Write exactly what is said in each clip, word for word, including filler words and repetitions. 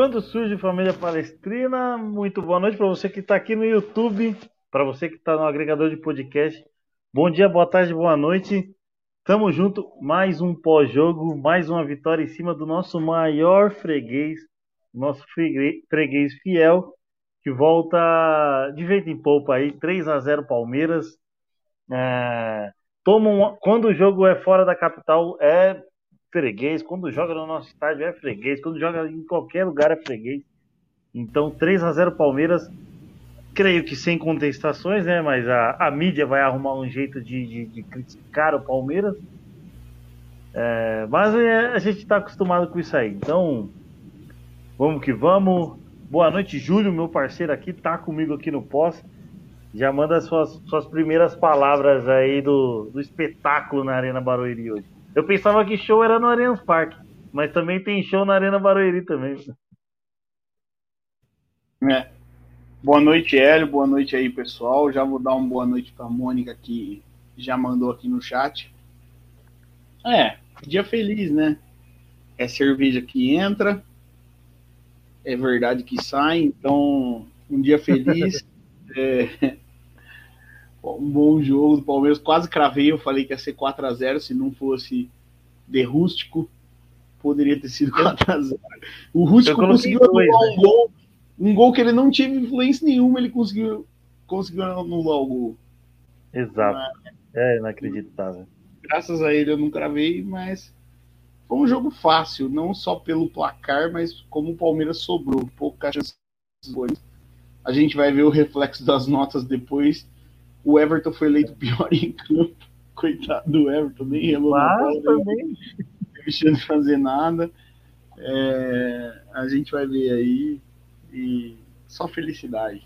Quando surge Família Palestrina, muito boa noite para você que está aqui no YouTube, para você que está no agregador de podcast. Bom dia, boa tarde, boa noite. Tamo junto, mais um pós-jogo, mais uma vitória em cima do nosso maior freguês, nosso freguês, freguês fiel, que volta de vento em polpa aí, três a zero Palmeiras. É, toma um, quando o jogo é fora da capital, é freguês. Quando joga no nosso estádio, é freguês. Quando joga em qualquer lugar, é freguês. Então, três a zero Palmeiras. Creio que sem contestações, né? Mas a, a mídia vai arrumar um jeito de, de, de criticar o Palmeiras. É, mas é, a gente está acostumado com isso aí. Então, vamos que vamos. Boa noite, Júlio, meu parceiro aqui, tá comigo aqui no pós. Já manda suas, suas primeiras palavras aí do, do espetáculo na Arena Barueri hoje. Eu pensava que show era no Allianz Parque, mas também tem show na Arena Barueri também. É. Boa noite, Hélio. Boa noite aí, pessoal. Já vou dar uma boa noite para a Mônica, que já mandou aqui no chat. É, dia feliz, né? É cerveja que entra, é verdade que sai, então um dia feliz. é, um bom jogo do Palmeiras. Quase cravei, eu falei que ia ser quatro a zero, se não fosse de Rústico, poderia ter sido quatro a zero. O Rústico conseguiu dois, anular um né? gol. Um gol que ele não teve influência nenhuma, ele conseguiu, conseguiu anular o gol. Exato. Mas, é inacreditável. Graças a ele eu não cravei, mas foi um jogo fácil, não só pelo placar, mas como o Palmeiras sobrou. Pouca chance. A gente vai ver o reflexo das notas depois. O Everton foi eleito pior em campo. Coitado do Everton, nem relou na bola, também. Não deixando de fazer nada. É, a gente vai ver aí. E só felicidade.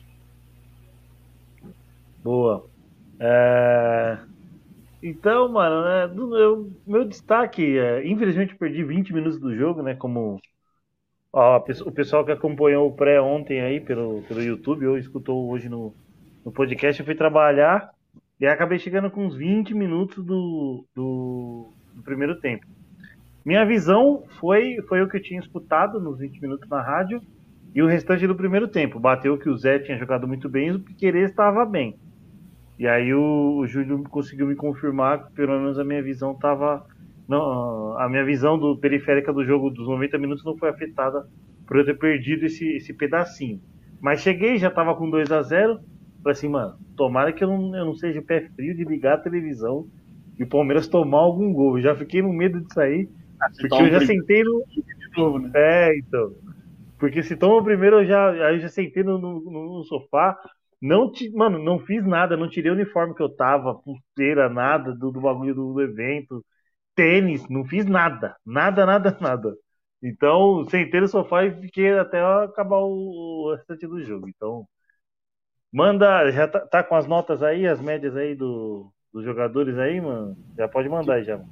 Boa. É... Então, mano, né, do meu, meu destaque, é, infelizmente eu perdi vinte minutos do jogo, né? Como ó, o pessoal que acompanhou o pré ontem aí pelo, pelo YouTube, ou escutou hoje no, no podcast, eu fui trabalhar e acabei chegando com uns vinte minutos do, do, do primeiro tempo. Minha visão foi, foi o que eu tinha escutado nos vinte minutos na rádio. E o restante do primeiro tempo, bateu que o Zé tinha jogado muito bem e o Piquerez estava bem. E aí o, o Júlio conseguiu me confirmar que pelo menos a minha visão estava... A minha visão do periférica do jogo dos noventa minutos não foi afetada por eu ter perdido esse, esse pedacinho. Mas cheguei, já estava com dois a zero. Falei assim, mano, tomara que eu não, eu não seja pé frio de ligar a televisão e o Palmeiras tomar algum gol. Eu já fiquei no medo de sair, ah, porque eu já sentei no... Novo, né? É, então... Porque se toma o primeiro, eu já, aí eu já sentei no, no, no sofá. Não te, mano, não fiz nada, não tirei o uniforme que eu tava, pulseira, nada do, do bagulho do, do evento, tênis, não fiz nada. Nada, nada, nada. Então, sentei no sofá e fiquei até acabar o, o restante do jogo. Então, manda, já tá, tá com as notas aí, as médias aí do, dos jogadores aí, mano? Já pode mandar aí já, mano.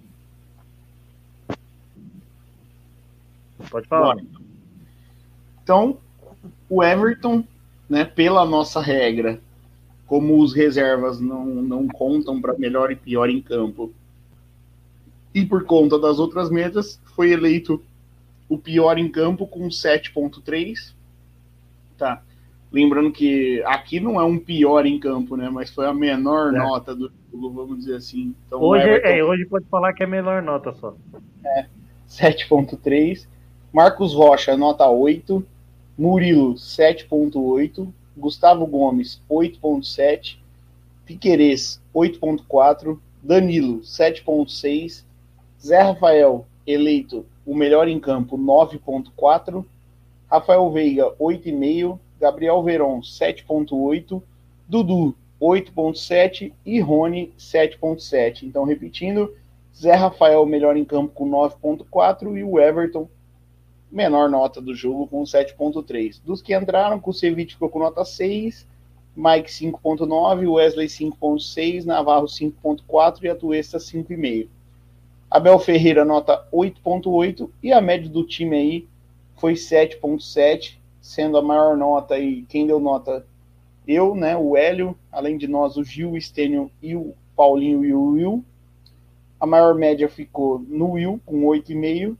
Pode falar, mano. Então, o Everton, né, pela nossa regra, como os reservas não, não contam para melhor e pior em campo, e por conta das outras metas, foi eleito o pior em campo com sete ponto três. Tá. Lembrando que aqui não é um pior em campo, né, mas foi a menor é. nota do jogo, vamos dizer assim. Então, hoje, Everton, é, hoje pode falar que é a menor nota só. É, sete ponto três. Marcos Rocha, nota oito. Murilo, sete ponto oito, Gustavo Gomes, oito ponto sete, Piquerez, oito ponto quatro, Danilo, sete ponto seis, Zé Rafael, eleito o melhor em campo, nove ponto quatro, Rafael Veiga, oito vírgula cinco, Gabriel Veron, sete ponto oito, Dudu, oito ponto sete e Rony, sete ponto sete. Então, repetindo, Zé Rafael, melhor em campo com nove ponto quatro e o Everton, menor nota do jogo com sete ponto três. Dos que entraram, Kusevich ficou com nota seis, Mike cinco ponto nove, Wesley cinco ponto seis, Navarro cinco ponto quatro e Atuesta cinco vírgula cinco. Abel Ferreira nota oito ponto oito e a média do time aí foi sete ponto sete, sendo a maior nota aí, quem deu nota? Eu, né, o Hélio, além de nós o Gil, o Stênio e o Paulinho e o Will. A maior média ficou no Will com oito vírgula cinco.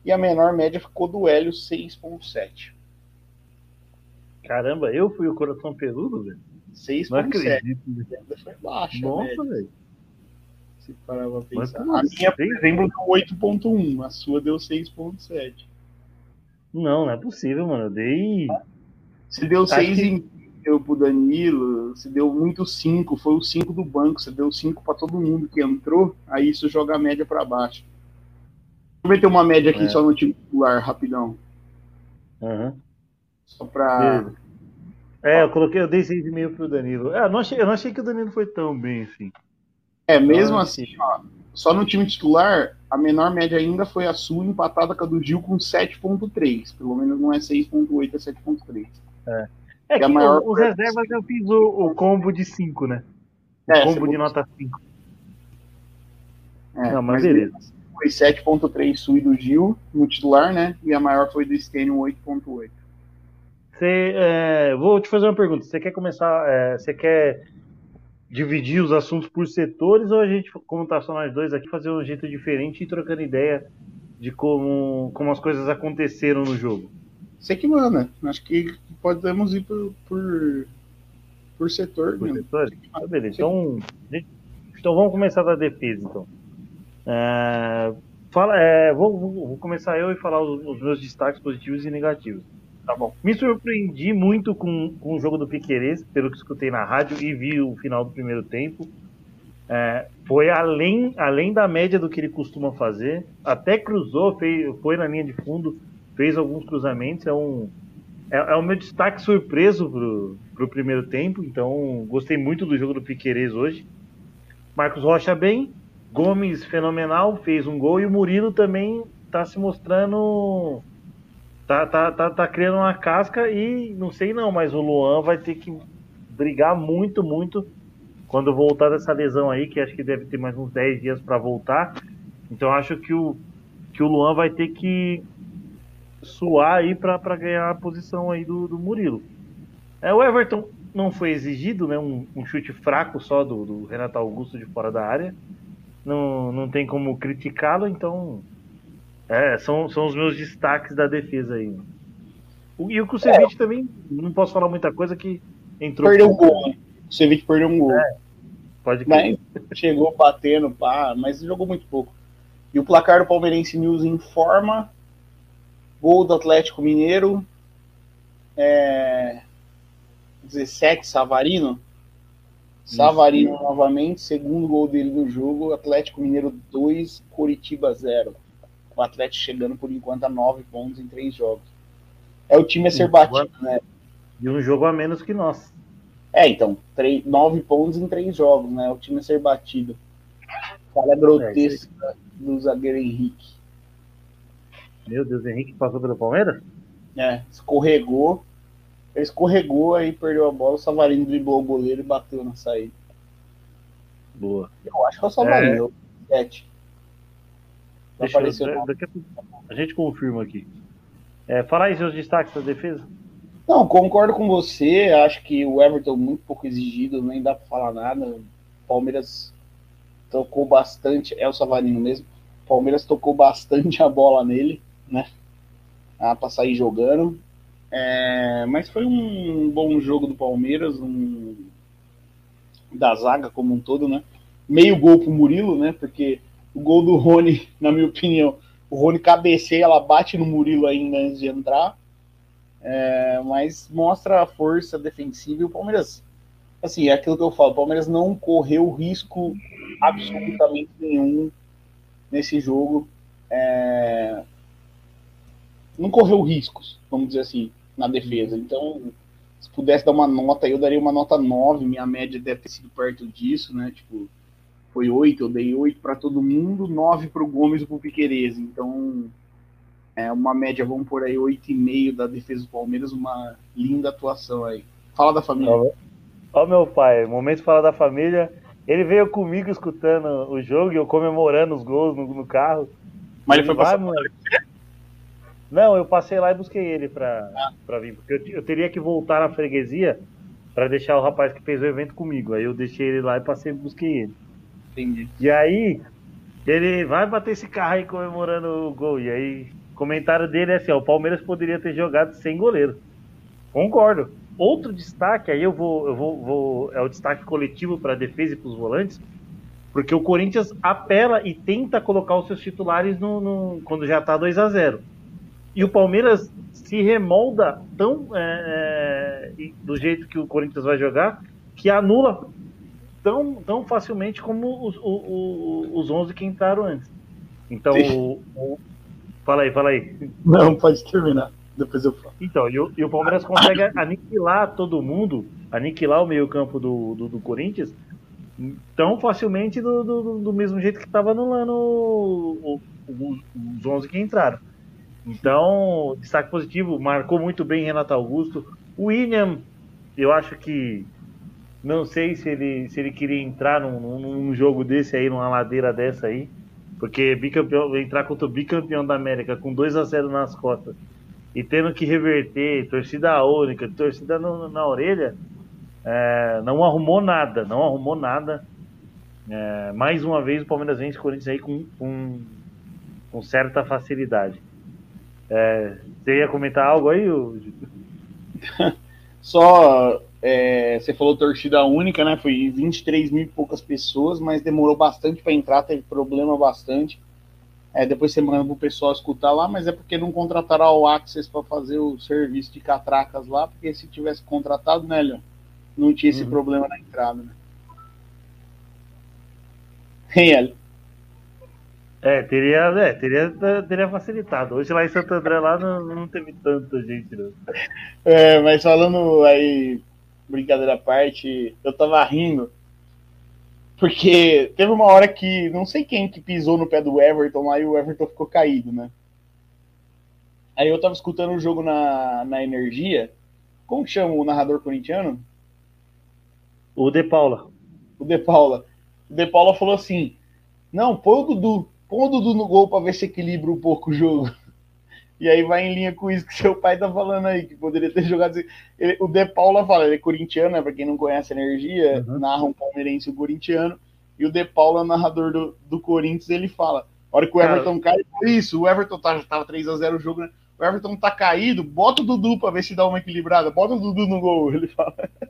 E a menor média ficou do Hélio, seis ponto sete. Caramba, eu fui o coração peludo, velho. Não seis ponto sete. acredito. Né? Ainda foi baixa, Nossa, velho. Se parar pra pensar. Mas, A minha, por sei. exemplo, deu oito ponto um. A sua deu seis ponto sete. Não, não é possível, mano. Eu dei. Você deu Acho seis que. deu pro Danilo, você deu muito cinco, foi o cinco do banco, você deu cinco para todo mundo que entrou, aí isso joga a média para baixo. Deixa eu meter uma média aqui É. só no time titular, rapidão. Uhum. Só pra. Beleza. É, eu coloquei, eu dei seis e meio pro Danilo. É, eu não achei, eu não achei que o Danilo foi tão bem assim. É, Então, mesmo acho que- assim, ó, só no time titular, a menor média ainda foi a sua, empatada com a do Gil com sete ponto três. Pelo menos não é seis ponto oito, é sete ponto três. É, é E a que maior o- os foi- reservas eu fiz o, o combo de cinco, né? O É, você combo de botou- nota cinco. É, Não, mas mas beleza. mesmo assim, foi sete ponto três sua e do Gil no titular, né? E a maior foi do Stênio, oito ponto oito. Você, é, vou te fazer uma pergunta. Você quer começar? É, você quer dividir os assuntos por setores ou a gente, como tá só nós dois aqui, fazer um jeito diferente e ir trocando ideia de como, como as coisas aconteceram no jogo? Você que manda. Acho que podemos ir por, por, por setor Por mesmo. setores? Então, beleza. Então, gente, então vamos começar da defesa, então. É, fala, é, vou, vou- vou começar eu e falar os, os meus destaques positivos e negativos. Tá bom. Me surpreendi muito com, com o jogo do Piquerez, pelo que escutei na rádio e vi o final do primeiro tempo. É, foi além, além da média do que ele costuma fazer. Até cruzou, fez, foi na linha de fundo, fez alguns cruzamentos. É, um, é, é o meu destaque surpreso pro, pro primeiro tempo. Então, gostei muito do jogo do Piquerez hoje. Marcos Rocha bem, Gomes fenomenal, fez um gol. E o Murilo também está se mostrando... Tá, tá, tá, tá criando uma casca e não sei não, mas o Luan vai ter que brigar muito, muito quando voltar dessa lesão aí, que acho que deve ter mais uns dez dias para voltar. Então acho que o, que o Luan vai ter que suar aí para ganhar a posição aí do, do Murilo. É, o Everton não foi exigido, né? Um, um chute fraco só do, do Renato Augusto de fora da área. Não, não tem como criticá-lo, então é, são, são os meus destaques da defesa aí. O, e o Kusevich é. também, não posso falar muita coisa que entrou. Perdeu um gol, né? O Kusevich perdeu um gol. É, pode mas chegou batendo, pá, mas jogou muito pouco. E o placar do Palmeirense News informa: gol do Atlético Mineiro, é, dezessete, Savarino. Savarino Isso. novamente, segundo gol dele no jogo, Atlético Mineiro dois, Coritiba zero. O Atlético chegando por enquanto a nove pontos em três jogos. É o time a ser batido, né? E um jogo a menos que nós. É, então, nove pontos em três jogos, né? O time a ser batido. Cara grotesca é do zagueiro Henrique. Meu Deus, Henrique passou pelo Palmeiras? É, escorregou. Ele escorregou, aí perdeu a bola, o Savarino driblou o goleiro e bateu na saída. Boa. Eu acho que é o Savarino, é... sete. Deixa eu, daqui a, a gente confirma aqui. É, fala aí seus destaques da defesa. Não, concordo com você. Acho que o Everton muito pouco exigido, nem dá pra falar nada. O Palmeiras tocou bastante, é o Savarino mesmo. O Palmeiras tocou bastante a bola nele, né? Ah, pra sair jogando. É, mas foi um bom jogo do Palmeiras, um, da zaga como um todo, né? Meio gol pro Murilo, né? Porque o gol do Rony, na minha opinião, o Rony cabeceia, ela bate no Murilo ainda antes de entrar. É, mas mostra a força defensiva e o Palmeiras, assim, é aquilo que eu falo, o Palmeiras não correu risco absolutamente nenhum nesse jogo. É, não correu riscos, vamos dizer assim, na defesa. Então, se pudesse dar uma nota, eu daria uma nota nove, minha média deve ter sido perto disso, né? Tipo, foi oito, eu dei oito para todo mundo, nove para o Gomes e para o Piquerez. Então, é uma média, vamos por aí, oito e meio da defesa do Palmeiras, uma linda atuação aí. Fala da família. Ó, ó meu pai, momento de falar da família. Ele veio comigo escutando o jogo e eu comemorando os gols no, no carro. Mas ele, ele foi passar Não, eu passei lá e busquei ele pra, ah. pra vir. Porque eu, eu teria que voltar na freguesia pra deixar o rapaz que fez o evento comigo. Aí eu deixei ele lá e passei e busquei ele. Entendi. E aí, ele vai bater esse carro aí comemorando o gol. E aí, comentário dele é assim, ó, o Palmeiras poderia ter jogado sem goleiro. Concordo. Outro destaque, aí eu vou, eu vou, vou é o destaque coletivo para a defesa e para os volantes, porque o Corinthians apela e tenta colocar os seus titulares no, no quando já está dois a zero. E o Palmeiras se remolda tão é, é, do jeito que o Corinthians vai jogar, que anula tão, tão facilmente como os, os, os onze que entraram antes. Então, o, o, fala aí, fala aí. Não, pode terminar. Depois eu falo. Então, e o, e o Palmeiras consegue aniquilar todo mundo, aniquilar o meio-campo do, do, do Corinthians tão facilmente do, do, do mesmo jeito que estava anulando o, o, os onze que entraram. Então, destaque positivo, marcou muito bem Renato Augusto. O William, eu acho que não sei se ele, se ele queria entrar num, num jogo desse aí, numa ladeira dessa aí, porque bicampeão, entrar contra o bicampeão da América com dois a zero nas costas e tendo que reverter, torcida única, torcida no, na orelha, é, não arrumou nada, não arrumou nada. É, mais uma vez o Palmeiras vence o Corinthians aí com, com, com certa facilidade. É, você ia comentar algo aí? Só, é, você falou torcida única, né? Foi vinte e três mil e poucas pessoas, mas demorou bastante para entrar, teve problema bastante. É, depois você manda pro pessoal escutar lá, mas é porque não contrataram o Access para fazer o serviço de catracas lá, porque se tivesse contratado, né, Leon, não tinha esse uhum. problema na entrada, né? Hein, Hélio? É, teria, é, teria, teria facilitado. Hoje lá em Santo André lá não, não teve tanta gente, não. É, mas falando aí, brincadeira à parte, eu tava rindo, porque teve uma hora que, não sei quem que pisou no pé do Everton lá e o Everton ficou caído, né? Aí eu tava escutando o jogo na, na Energia, como que chama o narrador corintiano? O De Paula. O De Paula. O De Paula falou assim, não, põe o Dudu, põe o Dudu no gol pra ver se equilibra um pouco o jogo. E aí vai em linha com isso que seu pai tá falando aí, que poderia ter jogado assim. Ele, o De Paula fala, ele é corintiano, né? Pra quem não conhece a Energia, uhum. narra um palmeirense e um corintiano. E o De Paula, narrador do, do Corinthians, ele fala, a hora que o Everton Cara... cai, isso, o Everton tá, tava três a zero o jogo, né? O Everton tá caído, bota o Dudu pra ver se dá uma equilibrada, bota o Dudu no gol, ele fala.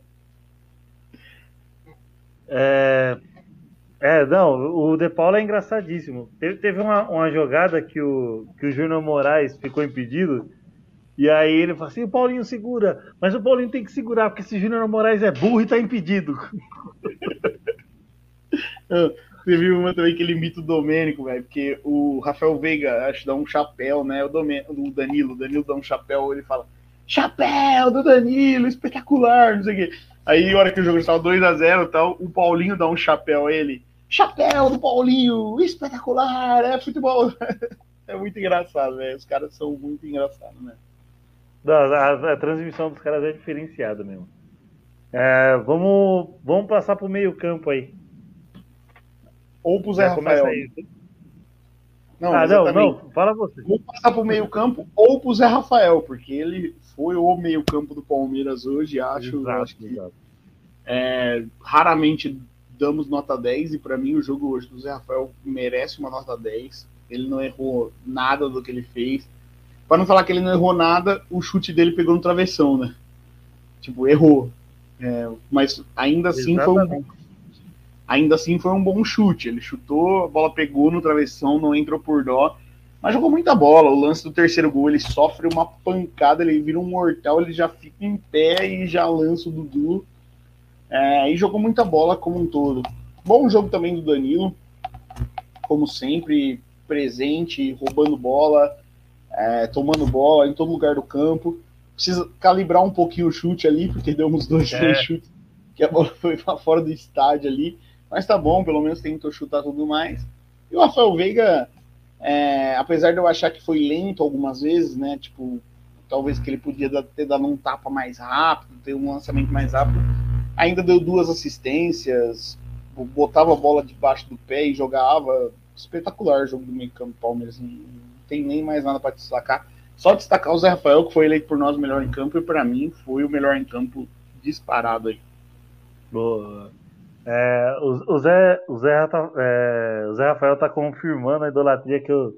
É... É, não, o De Paula é engraçadíssimo. Teve, teve uma, uma jogada que o, que o Júnior Moraes ficou impedido, e aí ele falou assim, o Paulinho segura, mas o Paulinho tem que segurar, porque esse Júnior Moraes é burro e tá impedido. Você viu uma também que ele imita o Domênico, velho, porque o Rafael Veiga, acho, dá um chapéu, né, o, Domênico, o Danilo, o Danilo dá um chapéu, ele fala, chapéu do Danilo, espetacular, não sei o quê. Aí, a hora que o jogo estava dois a zero e tal, o Paulinho dá um chapéu a ele. Chapéu do Paulinho, espetacular, é futebol. É muito engraçado, velho. Os caras são muito engraçados, né? Não, a, a, a transmissão dos caras é diferenciada mesmo. É, vamos, vamos passar pro meio campo aí. Ou pro Zé Rafael. Não, ah, não, não, fala você. Vamos passar pro meio campo ou pro Zé Rafael, porque ele foi o meio campo do Palmeiras hoje, acho. Exato, acho que exato. É, raramente damos nota dez, e para mim o jogo hoje do Zé Rafael merece uma nota dez. Ele não errou nada do que ele fez. Para não falar que ele não errou nada, o chute dele pegou no travessão, né? Tipo, errou. É, mas ainda assim Exatamente. foi um ainda assim foi um bom chute. Ele chutou, a bola pegou no travessão, não entrou por dó, mas jogou muita bola. O lance do terceiro gol, ele sofre uma pancada, ele vira um mortal, ele já fica em pé e já lança o Dudu. É, e jogou muita bola como um todo. Bom jogo também do Danilo, como sempre, presente, roubando bola, é, tomando bola em todo lugar do campo. Precisa calibrar um pouquinho o chute ali, porque deu uns dois, é. três chutes que a bola foi pra fora do estádio ali. Mas tá bom, pelo menos tentou chutar tudo mais. E o Rafael Veiga, é, apesar de eu achar que foi lento algumas vezes, né? Tipo, talvez que ele podia ter dado um tapa mais rápido, ter um lançamento mais rápido. Ainda deu duas assistências, botava a bola debaixo do pé e jogava. Espetacular o jogo do meio campo do Palmeiras. Não tem nem mais nada para destacar. Só destacar o Zé Rafael, que foi eleito por nós o melhor em campo, e para mim foi o melhor em campo disparado aí. Boa. É, o, o, Zé, o, Zé tá, é, o Zé Rafael tá confirmando a idolatria que eu,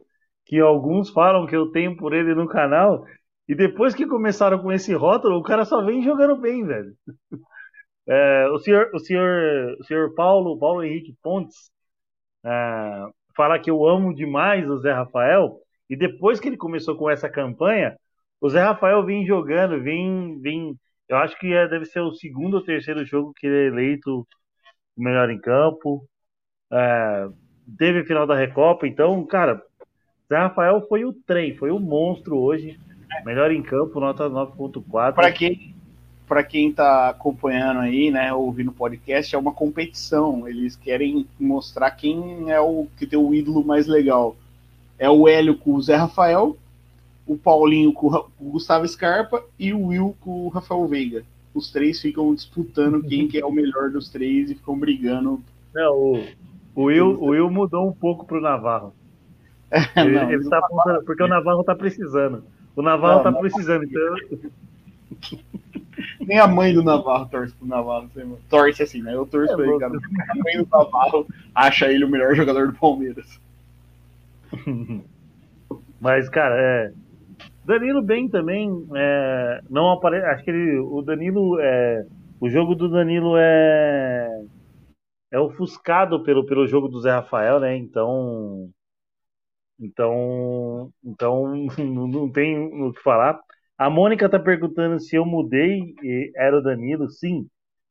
que alguns falam que eu tenho por ele no canal, e depois que começaram com esse rótulo, o cara só vem jogando bem, velho. É, o senhor, o senhor, o senhor Paulo, Paulo Henrique Pontes, é, fala que eu amo demais o Zé Rafael, e depois que ele começou com essa campanha, o Zé Rafael vem jogando, vem, vem, eu acho que é, deve ser o segundo ou terceiro jogo que ele é eleito o melhor em campo. É, teve final da Recopa, então, cara, Zé Rafael foi o trem, foi o monstro hoje. Melhor em campo, nota nove ponto Para quatro. quem para quem está acompanhando aí, né, ouvindo o podcast, é uma competição. Eles querem mostrar quem é o que tem o ídolo mais legal. É o Hélio com o Zé Rafael, o Paulinho com o Gustavo Scarpa e o Will com o Rafael Veiga. Os três ficam disputando quem que é o melhor dos três e ficam brigando. Não, o, o, Will, o Will mudou um pouco pro Navarro. Ele, Não, ele tá apontando, porque o Navarro tá precisando. O Navarro não, tá não, precisando, então. nem a mãe do Navarro torce pro Navarro. Torce assim, né? Eu torço É pra ele, louco. cara. A mãe do Navarro acha ele o melhor jogador do Palmeiras. Mas, cara, é. Danilo bem também. É, não aparece. Acho que ele, o Danilo. É, o jogo do Danilo é. É ofuscado pelo, pelo jogo do Zé Rafael, né? Então. Então. Então, não, não tem o que falar. A Mônica tá perguntando se eu mudei e era o Danilo. Sim.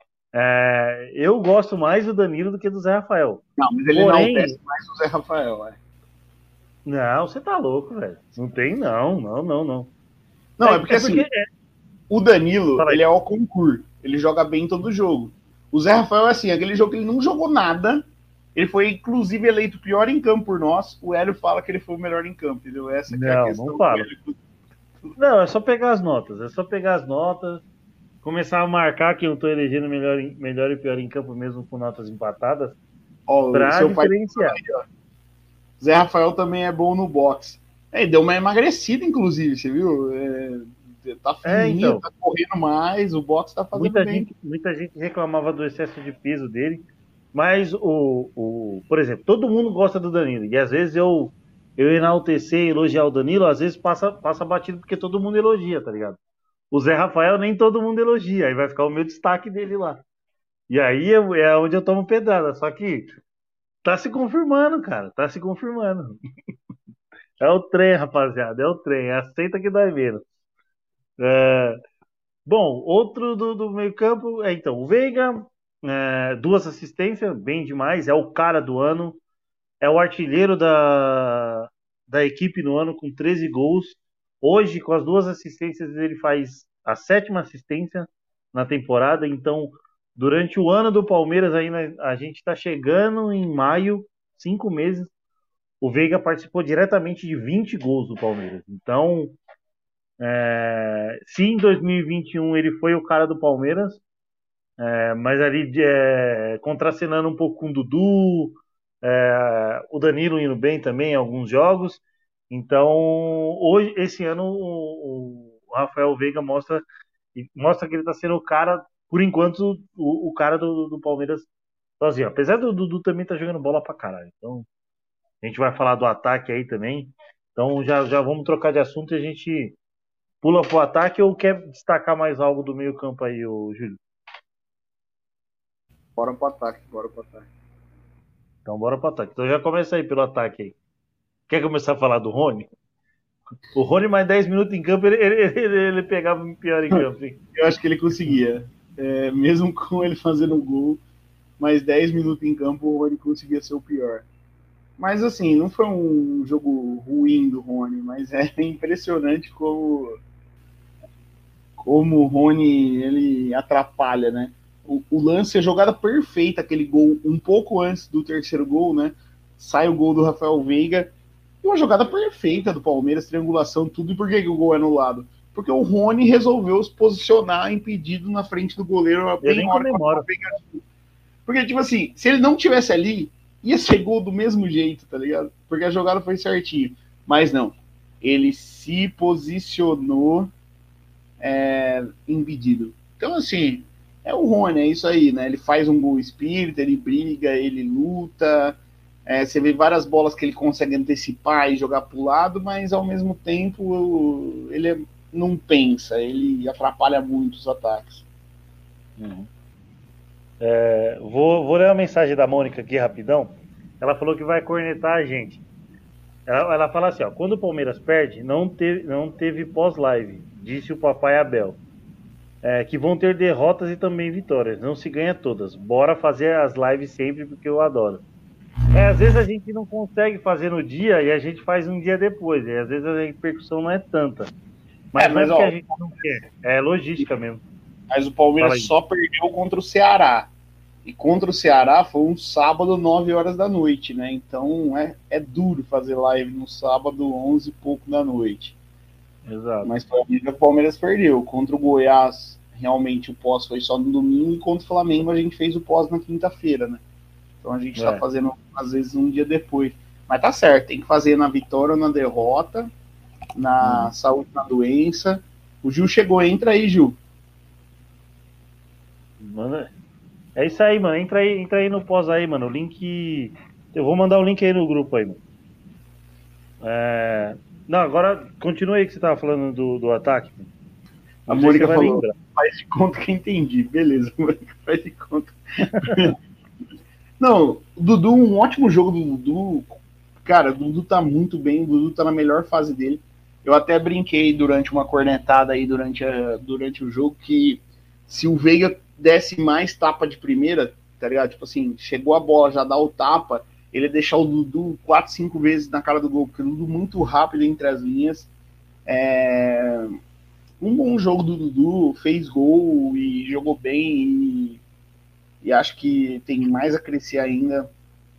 É, eu gosto mais do Danilo do que do Zé Rafael. Não, mas ele Porém, enaltece mais o Zé Rafael, é. não, você tá louco, velho. Não tem, não, não, não, não. Não, é É, porque é porque. assim, É, o Danilo, fala aí. ele é o concurso. Ele joga bem todo jogo. O Zé Rafael é assim, aquele jogo que ele não jogou nada. Ele foi, inclusive, eleito pior em campo por nós. O Hélio fala que ele foi o melhor em campo, entendeu? Essa que é a Não, não questão do falo. Hélio. Não, é só pegar as notas. É só pegar as notas, começar a marcar que eu tô elegendo melhor, em- melhor e pior em campo mesmo com notas empatadas, Ó, o pra seu pai diferenciar. aí, ó. Zé Rafael também é bom no boxe. É, deu uma emagrecida, inclusive, você viu? É, tá É, fininho, então. tá correndo mais, o boxe tá fazendo Muita bem. gente, muita gente reclamava do excesso de peso dele, mas o, o, por exemplo, todo mundo gosta do Danilo, e às vezes eu, eu enaltecer, elogiar o Danilo, às vezes passa, passa batido porque todo mundo elogia, tá ligado? O Zé Rafael nem todo mundo elogia, aí vai ficar o meu destaque dele lá. E aí eu- é onde eu tomo pedrada, só que tá se confirmando, cara, tá se confirmando. É o trem, rapaziada, é o trem, aceita que dói menos. É, bom, outro do, do meio-campo é então o Veiga, é, duas assistências, bem demais, é o cara do ano, é o artilheiro da, da equipe no ano com treze gols. Hoje, com as duas assistências, ele faz a sétima assistência na temporada. Então, durante o ano do Palmeiras, ainda a gente está chegando em maio, cinco meses. O Veiga participou diretamente de vinte gols do Palmeiras. Então, é, se em dois mil e vinte e um ele foi o cara do Palmeiras, é, mas ali é, contracenando um pouco com o Dudu, é, o Danilo indo bem também em alguns jogos. Então, hoje, esse ano, o, o Rafael Veiga mostra, mostra que ele está sendo o cara, por enquanto, o, o cara do, do Palmeiras sozinho. Apesar do Dudu também estar tá jogando bola pra caralho. Então, a gente vai falar do ataque aí também. Então, já, já vamos trocar de assunto e a gente pula pro ataque ou quer destacar mais algo do meio-campo aí, o Júlio? Bora pro ataque, bora pro ataque. Então, bora pro ataque. Então, já começa aí pelo ataque aí. Quer começar a falar do Rony? O Rony, mais dez minutos em campo, ele, ele, ele, ele pegava o pior em campo. Hein? Eu acho que ele conseguia. É, mesmo com ele fazendo um gol, mais dez minutos em campo, ele conseguia ser o pior. Mas assim, não foi um jogo ruim do Rony, mas é impressionante como, como o Rony ele atrapalha, né? O, o lance, a jogada perfeita, aquele gol um pouco antes do terceiro gol, né? Sai o gol do Rafael Veiga. E uma jogada perfeita do Palmeiras, triangulação, tudo. E por que, que o gol é anulado? Porque o Rony resolveu se posicionar impedido na frente do goleiro Eu bem nem na hora que o comemoro. Rafael Veiga. Porque, tipo assim, se ele não tivesse ali, ia ser gol do mesmo jeito, tá ligado? Porque a jogada foi certinho. Mas não. Ele se posicionou é, impedido. Então, assim, é o Rony, é isso aí, né? Ele faz um gol espírita, ele briga, ele luta. É, você vê várias bolas que ele consegue antecipar e jogar para o lado, mas ao mesmo tempo ele é, não pensa, ele atrapalha muito os ataques. Uhum. É, vou, vou ler uma mensagem da Mônica aqui rapidão. Ela falou que vai cornetar a gente. Ela, ela fala assim, ó, quando o Palmeiras perde, não teve, não teve pós-live, disse o papai Abel. É, que vão ter derrotas e também vitórias. Não se ganha todas. Bora fazer as lives sempre, porque eu adoro. É, às vezes a gente não consegue fazer no dia e a gente faz um dia depois. E às vezes a repercussão não é tanta. Mas, é, mas não é porque ó, a gente não quer. É logística mesmo. Mas o Palmeiras só perdeu contra o Ceará. E contra o Ceará foi um sábado, nove horas da noite, né? Então é, é duro fazer live no sábado, onze e pouco da noite. Exato. Mas o Palmeiras perdeu. Contra o Goiás, realmente o pós foi só no domingo. E contra o Flamengo a gente fez o pós na quinta-feira, né? Então a gente é. tá fazendo, às vezes, um dia depois. Mas tá certo, tem que fazer na vitória ou na derrota, na hum. saúde, na doença. O Gil chegou, entra aí, Gil. Manda. É isso aí, mano. Entra aí, entra aí no pós aí, mano. O link. Eu vou mandar o link aí no grupo aí, mano. É... Não, agora continua aí que você tava falando do, do ataque. A Mônica falou, lembrar. Faz de conta que entendi. Beleza, Mônica, faz de conta. Não, o Dudu, um ótimo jogo do Dudu. Cara, o Dudu tá muito bem, o Dudu tá na melhor fase dele. Eu até brinquei durante uma cornetada aí, durante, a, durante o jogo, que se o Veiga desse mais tapa de primeira, tá ligado? Tipo assim, chegou a bola, já dá o tapa, ele ia deixar o Dudu quatro, cinco vezes na cara do gol, porque o Dudu muito rápido entre as linhas. É... Um bom jogo do Dudu, fez gol e jogou bem e, e acho que tem mais a crescer ainda.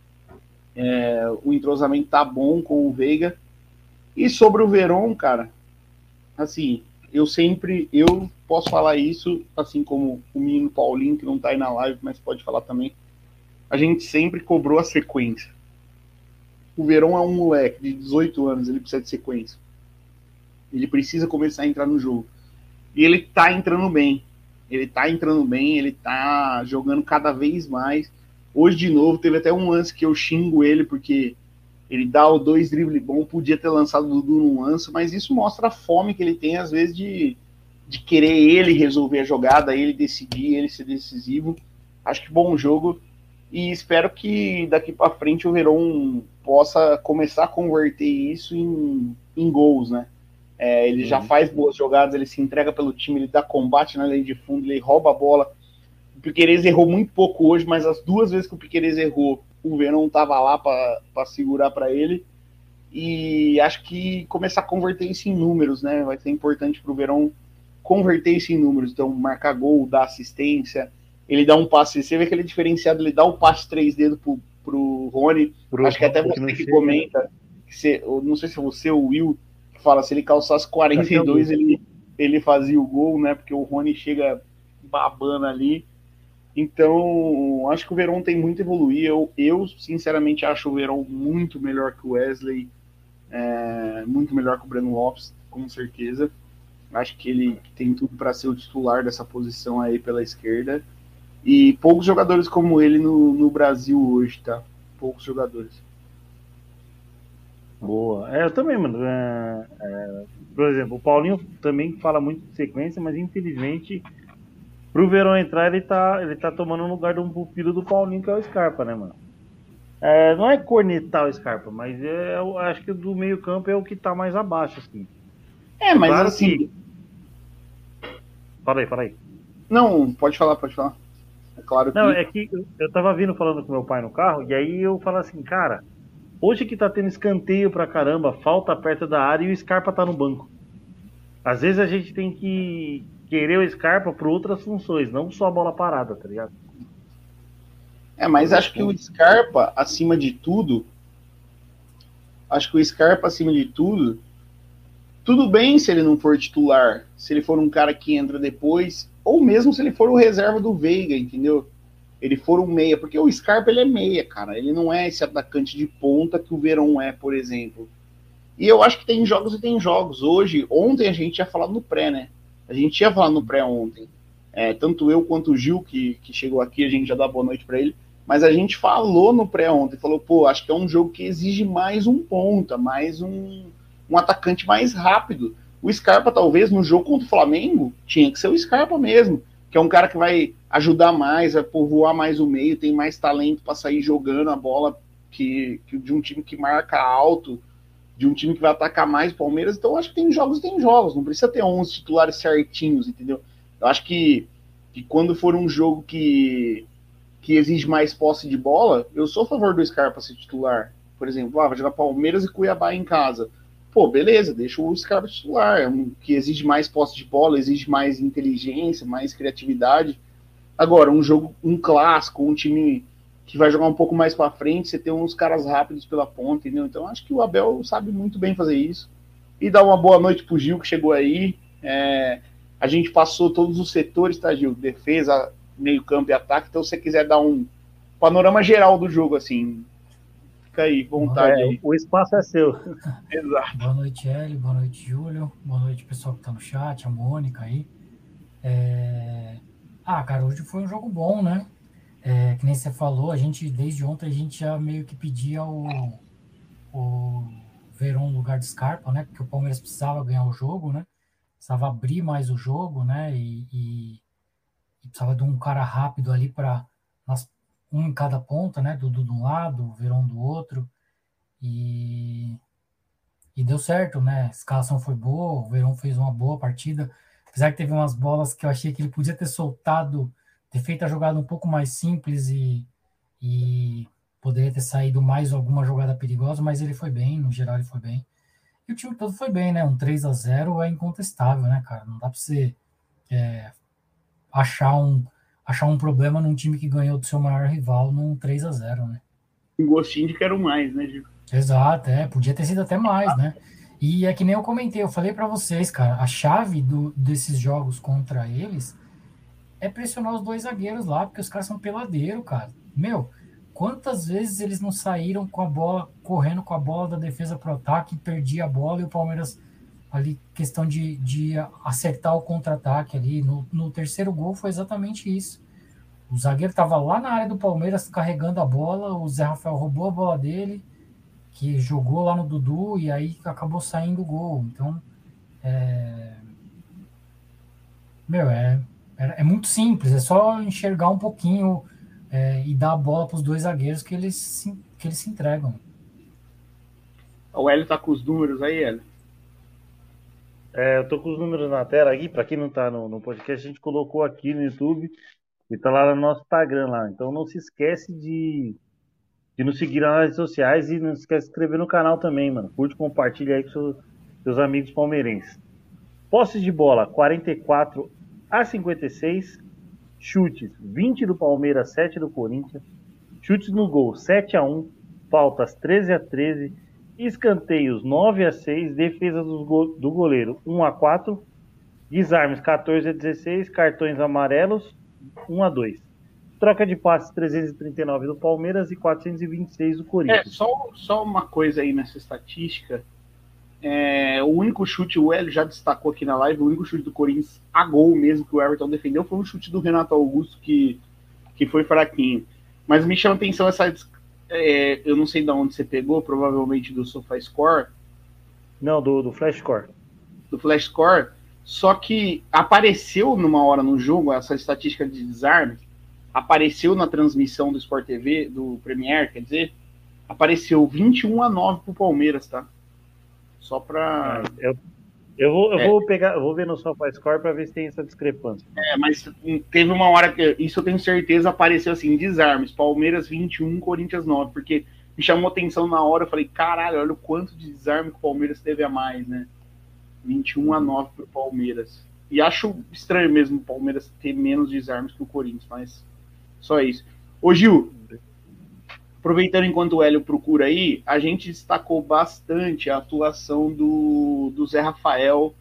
É... O entrosamento tá bom com o Veiga. E sobre o Verón, cara, assim, eu sempre, eu posso falar isso, assim como o menino Paulinho, que não tá aí na live, mas pode falar também, a gente sempre cobrou a sequência. O Verón é um moleque de dezoito anos, ele precisa de sequência. Ele precisa começar a entrar no jogo. E ele tá entrando bem. Ele tá entrando bem, ele tá jogando cada vez mais. Hoje, de novo, teve até um lance que eu xingo ele, porque ele dá o dois drible bom, podia ter lançado o Dudu num lance, mas isso mostra a fome que ele tem, às vezes, de, de querer ele resolver a jogada, ele decidir, ele ser decisivo. Acho que bom jogo. E espero que daqui para frente o Verón possa começar a converter isso em, em gols, né? É, ele uhum. já faz boas jogadas, ele se entrega pelo time, ele dá combate na linha de fundo, ele rouba a bola. O Piquerez errou muito pouco hoje, mas as duas vezes que o Piquerez errou, o Verón estava lá para segurar para ele. E acho que começar a converter isso em números, né? Vai ser importante para o Verón converter isso em números. Então, marcar gol, dar assistência. Ele dá um passe, você vê que ele é diferenciado, ele dá um passe três dedos pro, pro Rony. Pro acho que até você que, que comenta, que você, não sei se você ou o Will, que fala, se ele calçasse quarenta e dois, ele, ele fazia o gol, né? Porque o Rony chega babando ali. Então, acho que o Verón tem muito a evoluir. Eu, eu sinceramente, acho o Verón muito melhor que o Wesley, é, muito melhor que o Breno Lopes, com certeza. Acho que ele tem tudo para ser o titular dessa posição aí pela esquerda. E poucos jogadores como ele no, no Brasil hoje, tá? Poucos jogadores. Boa. É, eu também, mano. É, é, por exemplo, o Paulinho também fala muito de sequência, mas infelizmente, pro Verón entrar, ele tá, ele tá tomando o lugar de um pupilo do Paulinho, que é o Scarpa, né, mano? É, não é cornetar o Scarpa, mas é, eu acho que do meio campo é o que tá mais abaixo, assim. É, mas claro assim... Que... Fala aí, fala aí. Não, pode falar, pode falar. É claro que... Não, é que eu, eu tava vindo falando com meu pai no carro, e aí eu falo assim, cara, hoje que tá tendo escanteio pra caramba, falta perto da área e o Scarpa tá no banco. Às vezes a gente tem que querer o Scarpa por outras funções, não só a bola parada, tá ligado? É, mas acho que o Scarpa, acima de tudo, acho que o Scarpa, acima de tudo, tudo bem se ele não for titular, se ele for um cara que entra depois, ou mesmo se ele for o reserva do Veiga, entendeu? Ele for um meia, porque o Scarpa ele é meia, cara, ele não é esse atacante de ponta que o Verón é, por exemplo. E eu acho que tem jogos e tem jogos. Hoje, ontem a gente tinha falado no pré, né? A gente tinha falado no pré ontem. É, tanto eu quanto o Gil, que, que chegou aqui, a gente já dá boa noite para ele. Mas a gente falou no pré ontem, falou, pô, acho que é um jogo que exige mais um ponta, mais um, um atacante mais rápido. O Scarpa, talvez, no jogo contra o Flamengo, tinha que ser o Scarpa mesmo, que é um cara que vai ajudar mais, vai povoar mais o meio, tem mais talento para sair jogando a bola que, que de um time que marca alto, de um time que vai atacar mais o Palmeiras. Então, eu acho que tem jogos e tem jogos, não precisa ter onze titulares certinhos, entendeu? Eu acho que, que quando for um jogo que, que exige mais posse de bola, eu sou a favor do Scarpa ser titular. Por exemplo, ah, vai jogar Palmeiras e Cuiabá em casa. Pô, beleza, deixa o Scarpa titular, é um, que exige mais posse de bola, exige mais inteligência, mais criatividade. Agora, um jogo, um clássico, um time que vai jogar um pouco mais para frente, você tem uns caras rápidos pela ponta, entendeu? Então, acho que o Abel sabe muito bem fazer isso. E dar uma boa noite pro Gil, que chegou aí. É, a gente passou todos os setores, tá, Gil? Defesa, meio campo e ataque. Então, se você quiser dar um panorama geral do jogo, assim, fica aí, vontade É, aí. o espaço é seu. Exato. Boa noite, Eli. Boa noite, Júlio. Boa noite, pessoal que tá no chat, a Mônica aí. É... Ah, cara, hoje foi um jogo bom, né? É, que nem você falou, a gente, desde ontem, a gente já meio que pedia o, o Verón no lugar de Scarpa, né? Porque o Palmeiras precisava ganhar o jogo, né? Precisava abrir mais o jogo, né? E, e, e precisava de um cara rápido ali para um em cada ponta, né? Dudu de um lado, o Verón do outro. E, e deu certo, né? A escalação foi boa, o Verón fez uma boa partida. Apesar que teve umas bolas que eu achei que ele podia ter soltado, ter feito a jogada um pouco mais simples e, e poderia ter saído mais alguma jogada perigosa, mas ele foi bem, no geral ele foi bem. E o time todo foi bem, né? Um três a zero é incontestável, né, cara? Não dá pra você é, achar, um, achar um problema num time que ganhou do seu maior rival num três a zero, né? Um gostinho de quero mais, né, Gil? Exato, é. Podia ter sido até mais, né? E é que nem eu comentei, eu falei pra vocês, cara, a chave do, desses jogos contra eles é pressionar os dois zagueiros lá, porque os caras são peladeiro, cara. Meu, quantas vezes eles não saíram com a bola, correndo com a bola da defesa pro ataque, perdia a bola e o Palmeiras ali, questão de, de acertar o contra-ataque ali. No, no terceiro gol foi exatamente isso. O zagueiro tava lá na área do Palmeiras carregando a bola, o Zé Rafael roubou a bola dele, que jogou lá no Dudu e aí acabou saindo o gol. Então, é... meu, é, é, é muito simples, é só enxergar um pouquinho é, e dar a bola para os dois zagueiros que eles, se, que eles se entregam. O Hélio tá com os números aí, Hélio? É, eu tô com os números na tela aqui, para quem não tá no, no podcast, a gente colocou aqui no YouTube e tá lá no nosso Instagram lá. Então não se esquece de, de nos seguir nas redes sociais e não se esquece de se inscrever no canal também, mano. Curte, compartilha aí com seus, seus amigos palmeirenses. Posses de bola, quarenta e quatro a cinquenta e seis. Chutes, vinte do Palmeiras, sete do Corinthians. Chutes no gol, sete a um. Faltas, treze a treze. Escanteios, nove a seis. Defesa do, go do goleiro, um a quatro. Desarmes, quatorze a dezesseis. Cartões amarelos, um a dois. Troca de passes, trezentos e trinta e nove do Palmeiras e quatrocentos e vinte e seis do Corinthians. É, só, só uma coisa aí nessa estatística. É, o único chute, o Hélio já destacou aqui na live, o único chute do Corinthians a gol mesmo que o Everton defendeu foi um chute do Renato Augusto que, que foi fraquinho. Mas me chama a atenção essa... É, eu não sei de onde você pegou, provavelmente do SofaScore. Não, do, do FlashScore. Do FlashScore. Só que apareceu numa hora no jogo, essa estatística de desarme, apareceu na transmissão do Sport T V, do Premier, quer dizer, apareceu vinte e um a nove pro Palmeiras, tá? Só pra... Eu, eu, vou, eu é. vou pegar, eu vou ver no SofaScore para ver se tem essa discrepância. É, mas teve uma hora que, isso eu tenho certeza, apareceu assim, desarmes, Palmeiras vinte e um, Corinthians nove, porque me chamou atenção na hora, eu falei, caralho, olha o quanto de desarme que o Palmeiras teve a mais, né? vinte e um a nove pro Palmeiras. E acho estranho mesmo o Palmeiras ter menos desarmes que o Corinthians, mas só isso. Ô Gil, aproveitando enquanto o Hélio procura aí, a gente destacou bastante a atuação do, do Zé Rafael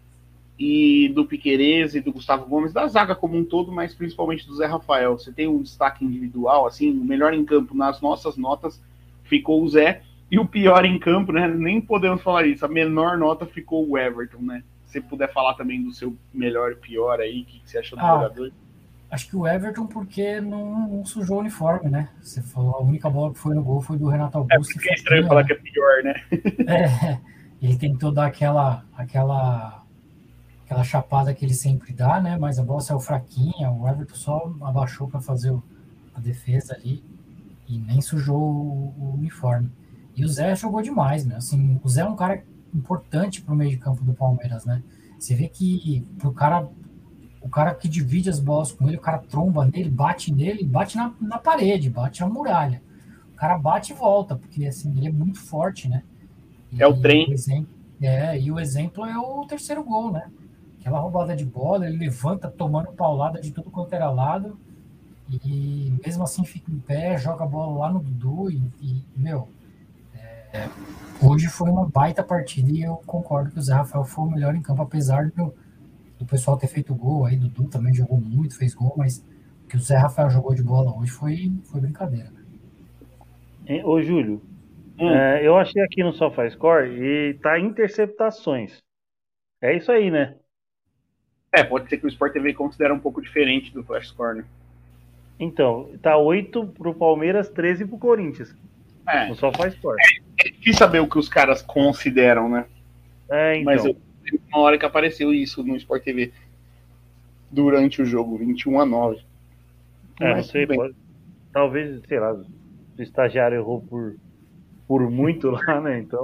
e do Piquerez e do Gustavo Gomes, da zaga como um todo, mas principalmente do Zé Rafael. Você tem um destaque individual, assim, o melhor em campo nas nossas notas ficou o Zé, e o pior em campo, né, nem podemos falar isso, a menor nota ficou o Everton, né? Se você puder falar também do seu melhor e pior aí, o que você achou do ah, jogador? Acho que o Everton, porque não, não sujou o uniforme, né? Você falou, a única bola que foi no gol foi do Renato É Augusto. porque é estranho Foquinha, falar né? que é pior, né? É, ele tentou dar aquela, aquela, aquela chapada que ele sempre dá, né? Mas a bola saiu fraquinha, o Everton só abaixou para fazer o, a defesa ali e nem sujou o, o uniforme. E o Zé jogou demais, né? Assim, o Zé é um cara importante para o meio de campo do Palmeiras, né? Você vê que pro cara, o cara que divide as bolas com ele, o cara tromba nele, bate nele, bate na, na parede, bate na muralha. O cara bate e volta, porque assim, ele é muito forte, né? É o E o trem. exemplo, é, e o exemplo é o terceiro gol, né? Aquela roubada de bola, ele levanta tomando paulada de tudo quanto era lado e mesmo assim fica em pé, joga a bola lá no Dudu e, e meu, hoje foi uma baita partida e eu concordo que o Zé Rafael foi o melhor em campo, apesar do, do pessoal ter feito gol aí, Dudu também jogou muito, fez gol, mas o que o Zé Rafael jogou de bola hoje foi, foi brincadeira. Né? Hein, ô, Júlio, Hum. é, eu achei aqui no SofaScore e tá interceptações. É isso aí, né? É, pode ser que o Sport T V considere um pouco diferente do Flash Score, né? Então, tá oito pro Palmeiras, treze pro Corinthians. É, No SofaScore. é difícil saber o que os caras consideram, né? É, Mas eu então. lembro uma hora que apareceu isso no Sport T V durante o jogo, vinte e um a nove. É, não Mas tudo sei, bem. pode, talvez, sei lá, o estagiário errou por, por muito lá, né? Então.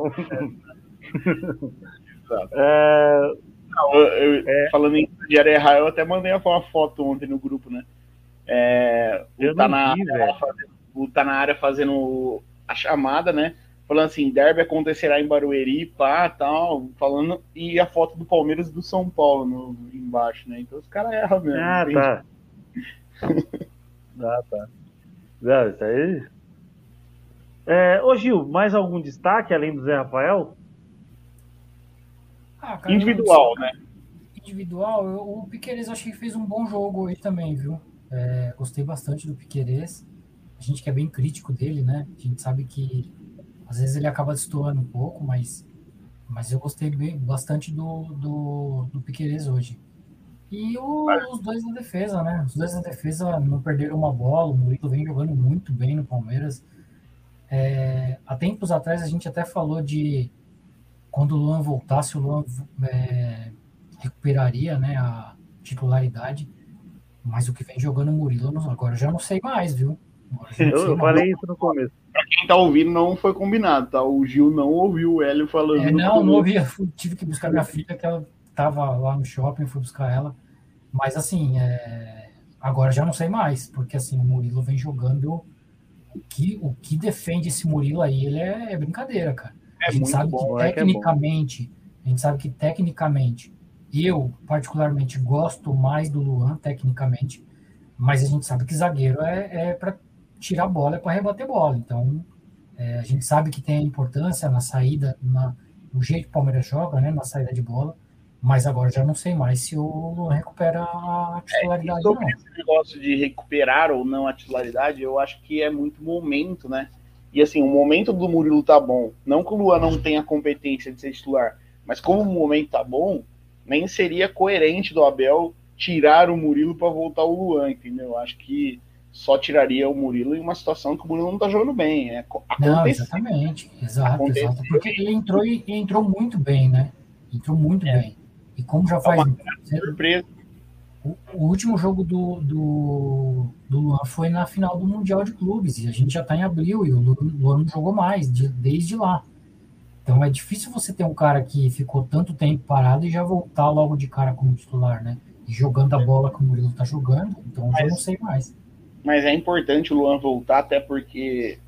Exato. é, Não, eu, eu, é, falando em estagiário errar, eu até mandei uma foto ontem no grupo, né? É, o eu tá não na vi, velho. fazendo, o tá na área fazendo a chamada, né? Falando assim, derby acontecerá em Barueri, pá, tal, falando, e a foto do Palmeiras e do São Paulo no, embaixo, né? Então os caras erram mesmo, Ah, entende? tá. Ah, tá. Não, isso aí. É, ô, Gil, mais algum destaque além do Zé Rafael? Ah, cara, eu Individual, destaco né? individual, eu, o Piquerez achei que fez um bom jogo hoje também, viu? É, gostei bastante do Piquerez. A gente que é bem crítico dele, né? A gente sabe que às vezes ele acaba destoando um pouco, mas, mas eu gostei bem, bastante do, do, do Piquerez hoje. E o- os dois na defesa, né? Os dois na defesa não perderam uma bola. O Murilo vem jogando muito bem no Palmeiras. É, há tempos atrás a gente até falou de quando o Luan voltasse, o Luan é, recuperaria, né, a titularidade. Mas o que vem jogando o Murilo, agora eu já não sei mais, viu? Agora eu já não Eu, sei eu mais. falei isso no começo. Quem tá ouvindo não foi combinado, tá? O Gil não ouviu o Hélio falando É, no não, não começo. ouvi. Eu tive que buscar minha filha, que ela estava lá no shopping, fui buscar ela. Mas assim, é, agora já não sei mais, porque assim, o Murilo vem jogando. O que, o que defende esse Murilo aí, ele é, é brincadeira, cara. A É gente muito sabe O que bom. moleque é bom. tecnicamente, a gente sabe que tecnicamente, eu particularmente gosto mais do Luan, tecnicamente, mas a gente sabe que zagueiro é, é para tirar a bola, é para rebater bola. Então, é, a gente sabe que tem a importância na saída, na, no jeito que o Palmeiras joga, né, na saída de bola, mas agora já não sei mais se o Luan recupera a E titularidade, sobre não. esse negócio de recuperar ou não a titularidade, eu acho que é muito momento, né? E assim, o momento do Murilo tá bom. Não que o Luan não tenha competência de ser titular, mas como o momento tá bom, nem seria coerente do Abel tirar o Murilo para voltar o Luan, entendeu? Eu acho que só tiraria o Murilo em uma situação que o Murilo não tá jogando bem. É, Não, aconteceu, exatamente, exato, exato. aconteceu Porque ele entrou e entrou muito bem, né? Entrou muito bem. E como já é faz. uma surpresa. O, o último jogo do, do, do Luan foi na final do Mundial de Clubes, e a gente já está em abril, e o Luan não jogou mais de, desde lá. Então é difícil você ter um cara que ficou tanto tempo parado e já voltar logo de cara como titular, né? E jogando a bola que o Murilo tá jogando, então eu já não Mas, sei mais. mas é importante o Luan voltar, até porque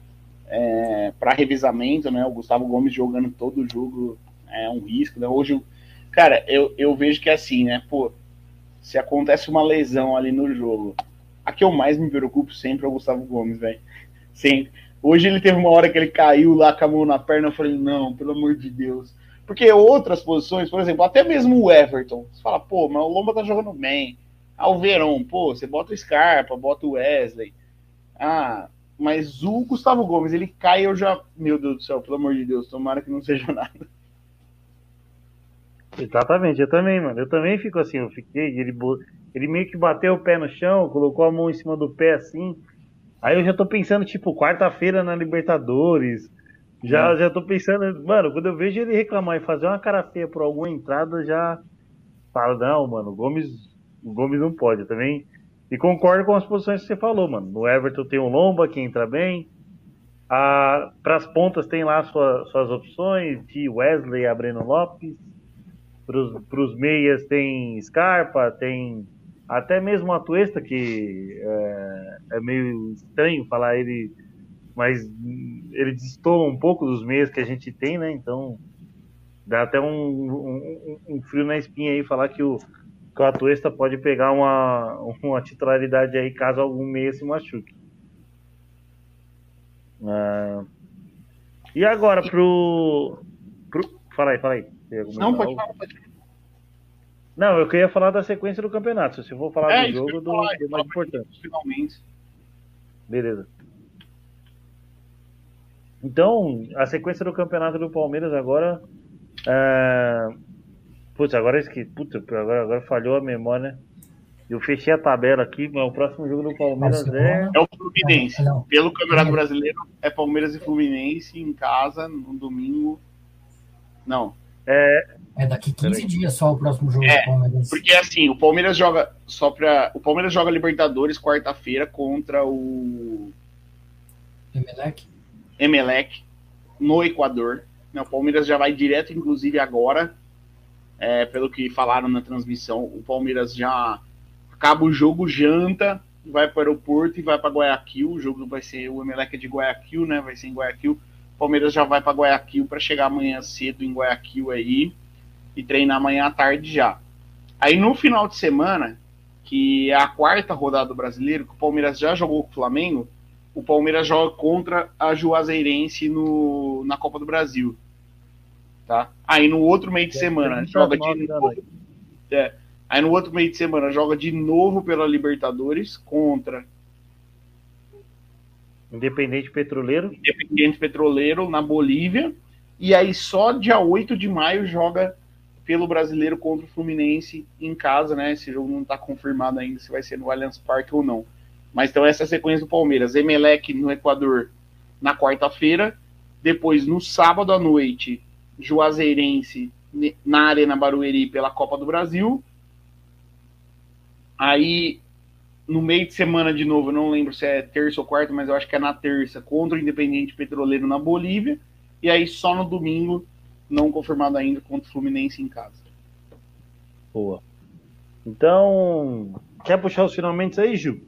é, para revisamento, né? O Gustavo Gomes jogando todo o jogo é um risco, né? Hoje, cara, eu, eu vejo que é assim, né? Pô, se acontece uma lesão ali no jogo, a que eu mais me preocupo sempre é o Gustavo Gomes, velho. Sempre. Hoje ele teve uma hora que ele caiu lá com a mão na perna, eu falei, não, pelo amor de Deus. Porque outras posições, por exemplo, até mesmo o Everton, você fala, pô, mas o Lomba tá jogando bem. Ah, o Verón, pô, você bota o Scarpa, bota o Wesley. Ah, mas o Gustavo Gomes, ele cai, eu já. Meu Deus do céu, pelo amor de Deus, tomara que não seja nada. Exatamente, eu também, mano. Eu também fico assim, eu fiquei, ele, ele meio que bateu o pé no chão, colocou a mão em cima do pé assim. Aí eu já tô pensando, tipo, quarta-feira na Libertadores. Já, É. já tô pensando, mano, quando eu vejo ele reclamar e fazer uma cara feia por alguma entrada, já falo, não, mano, o Gomes, o Gomes não pode. Eu também. E concordo com as posições que você falou, mano. No Everton tem o Lomba, que entra bem. Para as pontas tem lá sua, suas opções de Wesley e Breno Lopes. Para os meias tem Scarpa, tem até mesmo a Tuesta, que é, é meio estranho falar ele, mas ele destoa um pouco dos meias que a gente tem, né? Então dá até um, um, um frio na espinha aí falar que o, que o Atuesta pode pegar uma, uma titularidade aí caso algum meia se machuque. Ah, e agora pro, pro. Fala aí, fala aí. Não, pode falar, pode falar. Não, eu queria falar da sequência do campeonato. Se eu for falar É, do jogo, do, falar, do mais importante. Finalmente. Beleza. Então, a sequência do campeonato do Palmeiras agora. É... Putz, agora esqueci. Putz, agora, agora falhou a memória, né? Eu fechei a tabela aqui, mas o próximo jogo do Palmeiras é. É o Fluminense. Não, não. Pelo Campeonato Brasileiro, é Palmeiras e Fluminense em casa, no domingo. Não. É, é daqui quinze dias só o próximo jogo é, do Palmeiras. Porque assim, o Palmeiras joga só pra. O Palmeiras joga Libertadores quarta-feira contra o Emelec. Emelec no Equador. O Palmeiras já vai direto, inclusive agora, é, pelo que falaram na transmissão, o Palmeiras já acaba o jogo, janta, vai para o aeroporto e vai para Guayaquil. O jogo vai ser, o Emelec é de Guayaquil, né? Vai ser em Guayaquil. O Palmeiras já vai para Guayaquil para chegar amanhã cedo em Guayaquil aí e treinar amanhã à tarde já. Aí no final de semana, que é a quarta rodada do Brasileiro, que o Palmeiras já jogou com o Flamengo, o Palmeiras joga contra a Juazeirense no, na Copa do Brasil. Tá? Aí no outro meio de semana joga de novo, é, aí no outro meio de semana joga de novo pela Libertadores contra Independente Petroleiro. Independente Petroleiro na Bolívia. E aí só dia oito de maio joga pelo Brasileiro contra o Fluminense em casa, né? Esse jogo não está confirmado ainda se vai ser no Allianz Parque ou não. Mas então essa é a sequência do Palmeiras. Emelec no Equador na quarta-feira. Depois no sábado à noite, Juazeirense na Arena Barueri pela Copa do Brasil. Aí no meio de semana de novo, eu não lembro se é terça ou quarta, mas eu acho que é na terça, contra o Independente Petroleiro na Bolívia. E aí só no domingo, não confirmado ainda, contra o Fluminense em casa. Boa. Então, quer puxar os finalmente aí, Gil?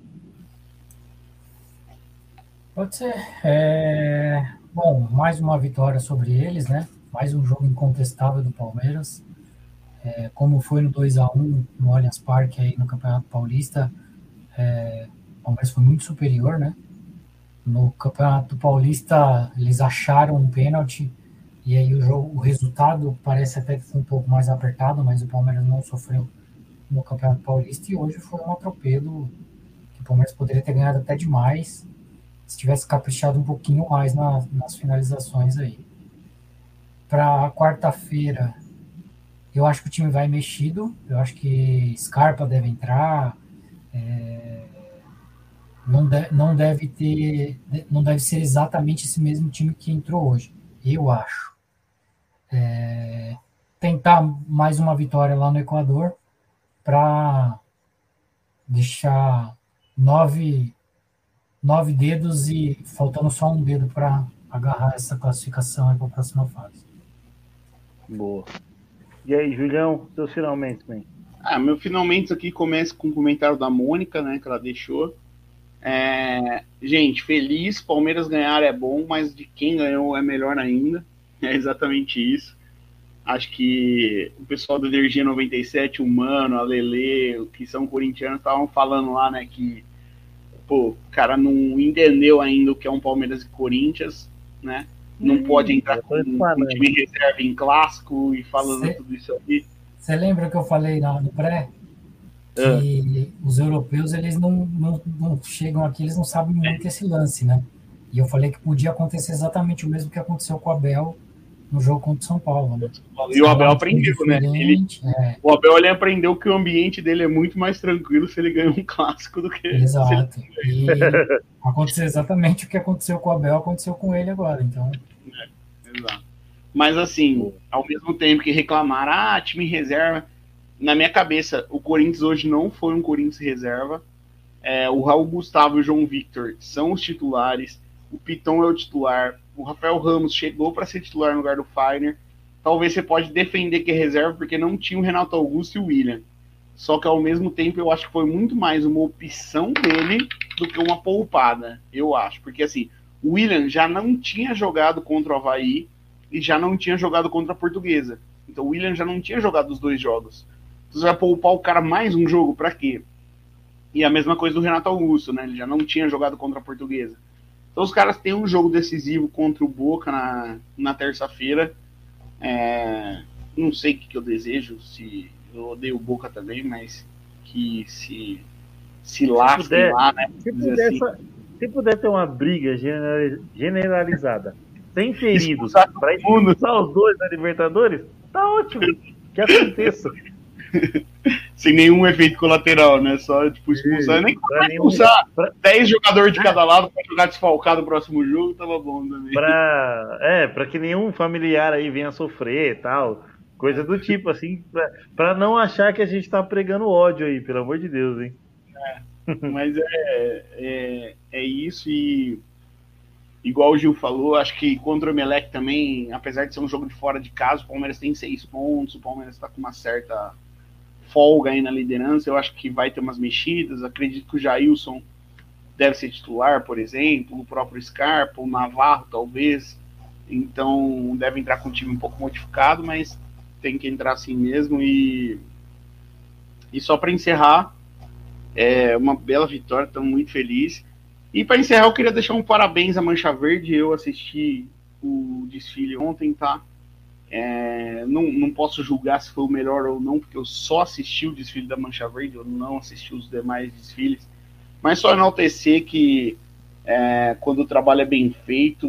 Pode ser. É... Bom, mais uma vitória sobre eles, né? Mais um jogo incontestável do Palmeiras. É, como foi no dois a um no Allianz Parque aí no Campeonato Paulista, é, o Palmeiras foi muito superior, né? No Campeonato Paulista eles acharam um pênalti e aí o jogo, o resultado parece até que foi um pouco mais apertado, mas o Palmeiras não sofreu no Campeonato Paulista e hoje foi um atropelo que o Palmeiras poderia ter ganhado até demais se tivesse caprichado um pouquinho mais na, nas finalizações aí. Para quarta-feira, eu acho que o time vai mexido, eu acho que Scarpa deve entrar, é, não, de, não deve ter, não deve ser exatamente esse mesmo time que entrou hoje, eu acho. É, tentar mais uma vitória lá no Equador para deixar nove, nove dedos e faltando só um dedo para agarrar essa classificação para a próxima fase. Boa. E aí, Julião, seus finalmente, man. Ah, meu finalmente aqui começa com o comentário da Mônica, né, que ela deixou. É, gente, feliz, Palmeiras ganhar é bom, mas de quem ganhou é melhor ainda. É exatamente isso. Acho que o pessoal do Energia noventa e sete, o Mano, a Lele, que são corintianos, estavam falando lá, né, que pô, o cara não entendeu ainda o que é um Palmeiras e Corinthians, né? Não hum, pode entrar com um time reserva em clássico e falando cê, tudo isso aqui. Você lembra que eu falei no pré? Que é. Os europeus, eles não, não, não chegam aqui, eles não sabem muito esse lance, né? E eu falei que podia acontecer exatamente o mesmo que aconteceu com o Abel no jogo contra o São Paulo, né? E o Abel Um time aprendeu, né? Ele, diferente, é, o Abel ele aprendeu que o ambiente dele é muito mais tranquilo se ele ganha um clássico do que se ele. exato. E aconteceu exatamente o que aconteceu com o Abel, aconteceu com ele agora. Então, Exato. Mas assim, ao mesmo tempo que reclamaram, ah, time reserva, na minha cabeça, o Corinthians hoje não foi um Corinthians reserva. É, o Raul Gustavo e o João Victor são os titulares. O Piton é o titular. O Rafael Ramos chegou para ser titular no lugar do Fagner. Talvez você pode defender que é reserva porque não tinha o Renato Augusto e o William. Só que ao mesmo tempo eu acho que foi muito mais uma opção dele do que uma poupada, eu acho. Porque assim, o William já não tinha jogado contra o Avaí e já não tinha jogado contra a Portuguesa. Então o William já não tinha jogado os dois jogos. Então você vai poupar o cara mais um jogo para quê? E a mesma coisa do Renato Augusto, né? Ele já não tinha jogado contra a Portuguesa. Então os caras têm um jogo decisivo contra o Boca na, na terça-feira. É, não sei o que, que eu desejo, se eu odeio o Boca também, mas que se, se lasquem puder, lá, né? se Dizer puder, assim. só- se puder ter uma briga generali- generalizada, sem feridos, Expulsar todo para mundo. expulsar os dois da Libertadores, tá ótimo. Que aconteça. Sem nenhum efeito colateral, né? Só tipo, expulsar. Nem Pra nenhum, expulsar pra, dez jogadores de cada lado para jogar desfalcado no próximo jogo, tava bom também. pra, é, pra que nenhum familiar aí venha sofrer e tal. Coisa do tipo, assim, pra, pra não achar que a gente tá pregando ódio aí, pelo amor de Deus, hein? Mas é, é, é isso e igual o Gil falou, acho que contra o Emelec também, apesar de ser um jogo de fora de casa, o Palmeiras tem seis pontos, o Palmeiras está com uma certa folga aí na liderança, eu acho que vai ter umas mexidas, acredito que o Jailson deve ser titular, por exemplo, o próprio Scarpa, o Navarro talvez, então deve entrar com o time um pouco modificado, mas tem que entrar assim mesmo e, e só para encerrar, é uma bela vitória, estamos muito felizes. E para encerrar, eu queria deixar um parabéns à Mancha Verde. Eu assisti o desfile ontem, tá? É, não, não posso julgar se foi o melhor ou não, porque eu só assisti o desfile da Mancha Verde, eu não assisti os demais desfiles. Mas só enaltecer que é, quando o trabalho é bem feito,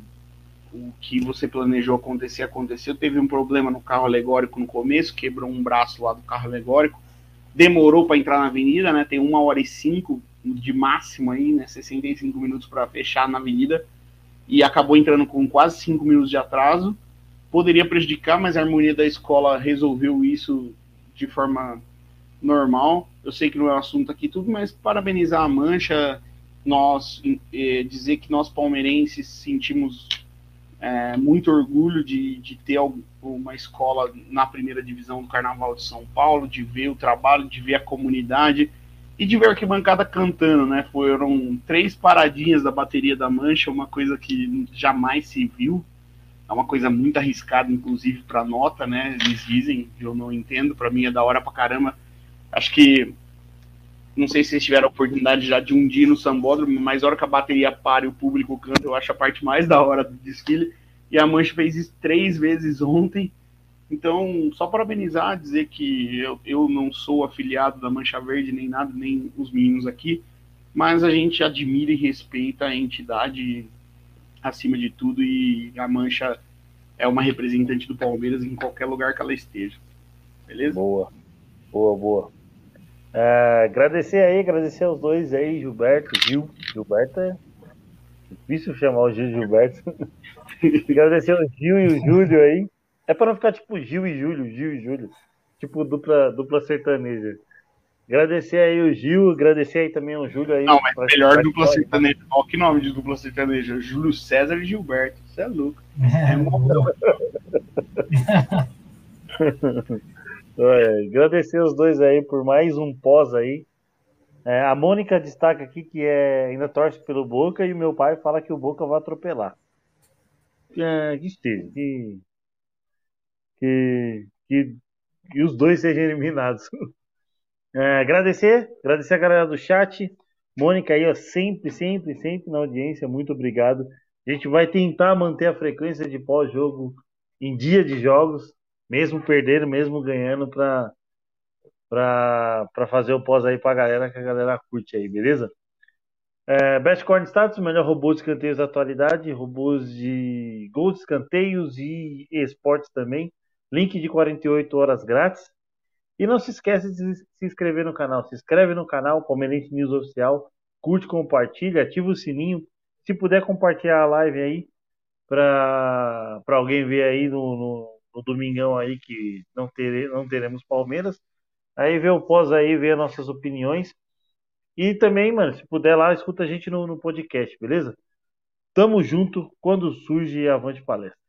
o que você planejou acontecer, aconteceu. Teve um problema no carro alegórico no começo, quebrou um braço lá do carro alegórico. Demorou para entrar na avenida, né? Tem uma hora e cinco de máximo aí, né? sessenta e cinco minutos para fechar na avenida. E acabou entrando com quase cinco minutos de atraso. Poderia prejudicar, mas a harmonia da escola resolveu isso de forma normal. Eu sei que não é um assunto aqui tudo, mas parabenizar a Mancha, nós eh, dizer que nós palmeirenses sentimos é, muito orgulho de, de ter uma escola na primeira divisão do Carnaval de São Paulo, de ver o trabalho, de ver a comunidade e de ver a arquibancada cantando, né? Foram três paradinhas da bateria da Mancha, uma coisa que jamais se viu. É uma coisa muito arriscada, inclusive, para nota, né? Eles dizem, eu não entendo, para mim é da hora pra caramba. Acho que, não sei se vocês tiveram a oportunidade já de um dia no Sambódromo, mas a hora que a bateria para e o público canta, eu acho a parte mais da hora do desfile. E a Mancha fez isso três vezes ontem. Então, só parabenizar, dizer que eu, eu não sou afiliado da Mancha Verde, nem nada, nem os meninos aqui, mas a gente admira e respeita a entidade acima de tudo e a Mancha é uma representante do Palmeiras em qualquer lugar que ela esteja. Beleza? Boa, boa, boa. É, agradecer aí, agradecer aos dois aí, Gilberto, Gil. Gilberto é difícil chamar o Gil de Gilberto. Agradecer ao Gil e o Júlio aí. É pra não ficar tipo Gil e Júlio, Gil e Júlio. Tipo dupla, dupla sertaneja. Agradecer aí o Gil, agradecer aí também ao Júlio aí. Não, mas pra, melhor pra dupla história. sertaneja. Olha que nome de dupla sertaneja. Júlio César e Gilberto. Isso é louco. é, boa. É, agradecer os dois aí por mais um pós aí. É, a Mônica destaca aqui que é, ainda torce pelo Boca e o meu pai fala que o Boca vai atropelar. É, que esteja, que, que, que, que os dois sejam eliminados. É, agradecer, agradecer a galera do chat. Mônica aí, ó, sempre, sempre, sempre na audiência, muito obrigado. A gente vai tentar manter a frequência de pós-jogo em dia de jogos, mesmo perdendo, mesmo ganhando, para para fazer o pós aí pra galera, que a galera curte aí, beleza? É, Best Corn Status, o melhor robô de escanteios da atualidade, robôs de gols de escanteios e esportes também. Link de quarenta e oito horas grátis. E não se esquece de se inscrever no canal. Se inscreve no canal, Palmeirense News Oficial. Curte, compartilha, ativa o sininho. Se puder compartilhar a live aí para alguém ver aí no, no, no domingão aí que não, tere, não teremos Palmeiras. Aí vê o pós aí, vê as nossas opiniões. E também, mano, se puder lá, escuta a gente no, no podcast, beleza? Tamo junto quando surge Avante Palestra.